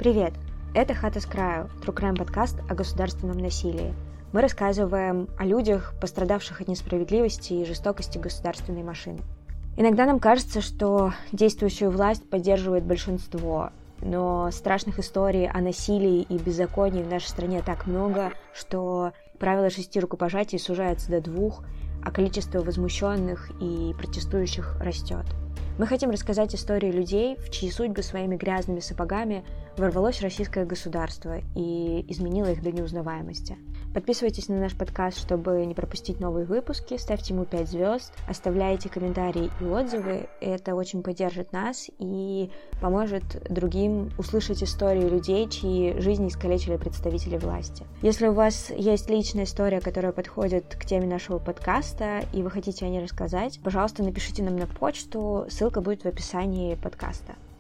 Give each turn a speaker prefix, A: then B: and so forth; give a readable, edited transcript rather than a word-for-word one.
A: Привет! Это «Хата с краю» – True Crime подкаст о государственном насилии. Мы рассказываем о людях, пострадавших от несправедливости и жестокости государственной машины. Иногда нам кажется, что действующую власть поддерживает большинство, но страшных историй о насилии и беззаконии в нашей стране так много, что правило 6 рукопожатий сужается до 2, а количество возмущенных и протестующих растет. Мы хотим рассказать истории людей, в чьи судьбы своими грязными сапогами ворвалось российское государство и изменило их до неузнаваемости. Подписывайтесь на наш подкаст, чтобы не пропустить новые выпуски, ставьте ему 5 звезд, оставляйте комментарии и отзывы. Это очень поддержит нас и поможет другим услышать истории людей, чьи жизни искалечили представители власти. Если у вас есть личная история, которая подходит к теме нашего подкаста, и вы хотите о ней рассказать, пожалуйста, напишите нам на почту, ссылка будет в описании подкаста.